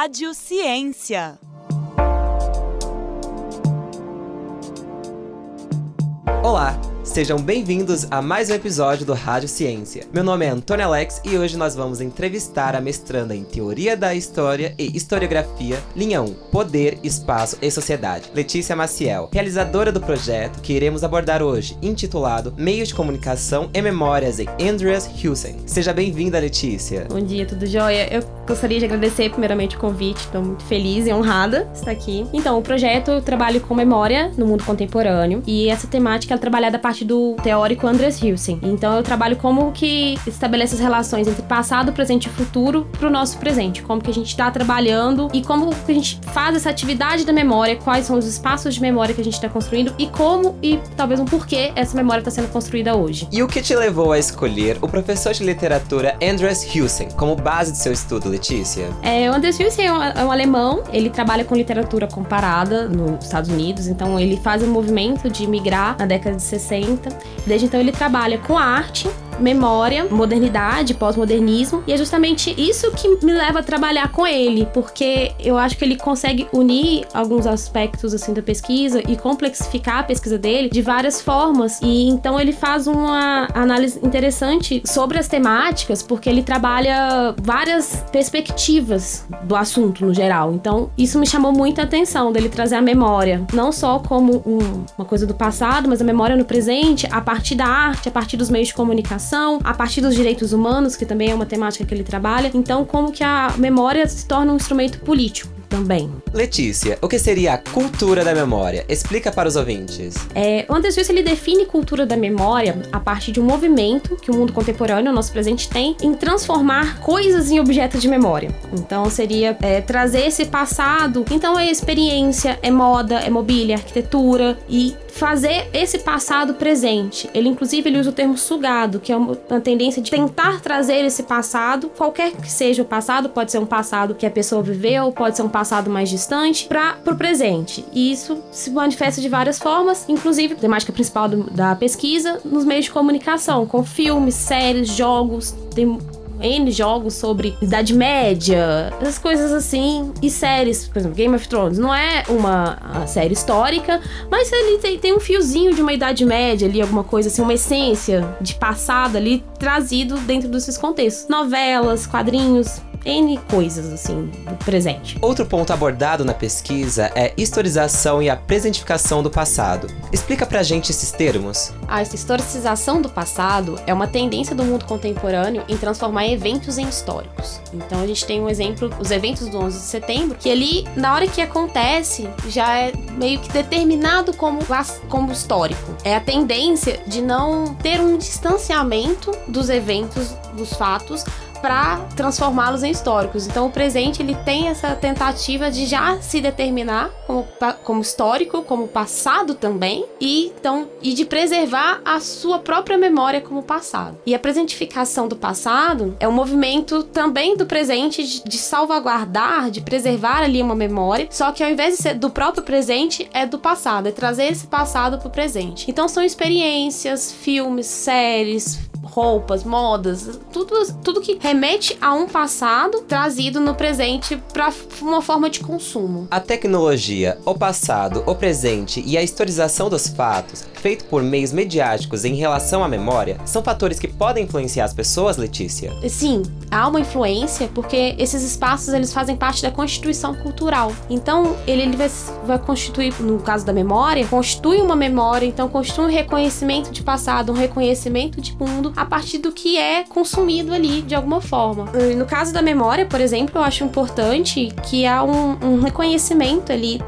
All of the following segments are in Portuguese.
Rádio Ciência. Olá, sejam bem-vindos a mais um episódio do Rádio Ciência. Meu nome é Antônio Alex e hoje nós vamos entrevistar a mestranda em Teoria da História e Historiografia, linha 1, Poder, Espaço e Sociedade, Letícia Maciel, realizadora do projeto que iremos abordar hoje, intitulado Meios de Comunicação e Memórias em Andreas Hussen. Seja bem-vinda, Letícia. Bom dia, tudo jóia? Eu gostaria de agradecer primeiramente o convite, estou muito feliz e honrada de estar aqui. Então, o projeto eu trabalho com memória no mundo contemporâneo e essa temática é trabalhada a partir do teórico Andreas Hussen. Então, eu trabalho como que estabelece as relações entre passado, presente e futuro para o nosso presente. Como que a gente está trabalhando e como que a gente faz essa atividade da memória, quais são os espaços de memória que a gente está construindo e como e talvez um porquê essa memória está sendo construída hoje. E o que te levou a escolher o professor de literatura Andreas Hussen como base de seu estudo, Letícia? O Andreas Hussen é um alemão, ele trabalha com literatura comparada nos Estados Unidos, então ele faz um movimento de migrar na década de 60. Desde então ele trabalha com arte, memória, modernidade, pós-modernismo, e é justamente isso que me leva a trabalhar com ele, porque eu acho que ele consegue unir alguns aspectos assim da pesquisa e complexificar a pesquisa dele de várias formas, e então ele faz uma análise interessante sobre as temáticas, porque ele trabalha várias perspectivas do assunto no geral. Então isso me chamou muita atenção, dele trazer a memória não só como uma coisa do passado, mas a memória no presente, a partir da arte, a partir dos meios de comunicação, a partir dos direitos humanos, que também é uma temática que ele trabalha. Então, como que a memória se torna um instrumento político também. Letícia, o que seria a cultura da memória? Explica para os ouvintes. O Andreas Hussen, ele define cultura da memória a partir de um movimento que o mundo contemporâneo, o nosso presente, tem em transformar coisas em objetos de memória. Então, seria trazer esse passado. Então, é experiência, é moda, é mobília, é arquitetura e fazer esse passado presente. Ele, inclusive, ele usa o termo sugado, que é uma tendência de tentar trazer esse passado, qualquer que seja o passado, pode ser um passado que a pessoa viveu, pode ser um passado mais distante, para o presente. E isso se manifesta de várias formas, inclusive, a temática principal da pesquisa, nos meios de comunicação, com filmes, séries, jogos, tem N jogos sobre Idade Média, essas coisas assim, e séries, por exemplo, Game of Thrones não é uma série histórica, mas ele tem um fiozinho de uma Idade Média ali, alguma coisa assim, uma essência de passado ali trazido dentro desses contextos. Novelas, quadrinhos, N coisas, assim, do presente. Outro ponto abordado na pesquisa é historização e a presentificação do passado. Explica pra gente esses termos. Essa historicização do passado é uma tendência do mundo contemporâneo em transformar eventos em históricos. Então a gente tem um exemplo, os eventos do 11 de setembro, que ali, na hora que acontece, já é meio que determinado como histórico. É a tendência de não ter um distanciamento dos eventos, dos fatos, para transformá-los em históricos. Então o presente ele tem essa tentativa de já se determinar como histórico, como passado também, e de preservar a sua própria memória como passado. E a presentificação do passado é um movimento também do presente de salvaguardar, de preservar ali uma memória, só que ao invés de ser do próprio presente, é do passado, é trazer esse passado para o presente. Então são experiências, filmes, séries, roupas, modas, tudo que remete a um passado trazido no presente para uma forma de consumo. A tecnologia, o passado, o presente e a historização dos fatos, feito por meios mediáticos em relação à memória, são fatores que podem influenciar as pessoas, Letícia? Sim, há uma influência porque esses espaços eles fazem parte da constituição cultural. Então, ele vai constituir, no caso da memória, constitui uma memória, então constitui um reconhecimento de passado, um reconhecimento de mundo a partir do que é consumido ali de alguma forma. No caso da memória, por exemplo, eu acho importante que há um reconhecimento ali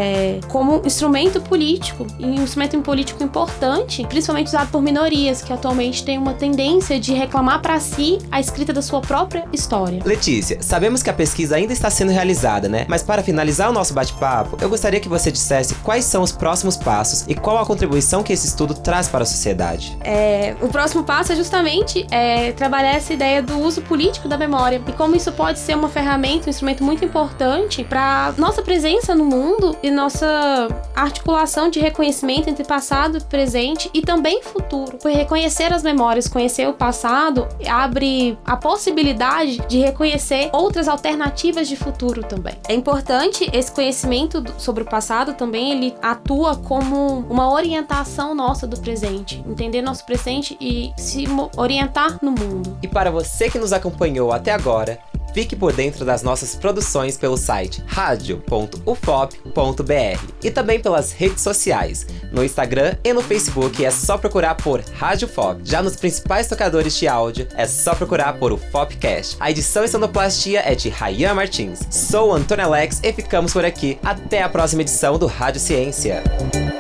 como instrumento político, e um instrumento político importante, principalmente usado por minorias, que atualmente têm uma tendência de reclamar para si a escrita da sua própria história. Letícia, sabemos que a pesquisa ainda está sendo realizada, né? Mas para finalizar o nosso bate-papo, eu gostaria que você dissesse quais são os próximos passos e qual a contribuição que esse estudo traz para a sociedade. O próximo passo é justamente trabalhar essa ideia do uso político da memória e como isso pode ser uma ferramenta, um instrumento muito importante para nossa presença no mundo e nossa articulação de reconhecimento entre passado, presente e também futuro. Por reconhecer as memórias, conhecer o passado, abre a possibilidade de reconhecer outras alternativas de futuro também. É importante esse conhecimento sobre o passado também, ele atua como uma orientação nossa do presente, entender nosso presente e se orientar no mundo. E para você que nos acompanhou até agora, fique por dentro das nossas produções pelo site radio.ufop.br e também pelas redes sociais. No Instagram e no Facebook é só procurar por Rádio Fop. Já nos principais tocadores de áudio é só procurar por o Fopcast. A edição e sonoplastia é de Rayan Martins. Sou o Antônio Alex e ficamos por aqui. Até a próxima edição do Rádio Ciência.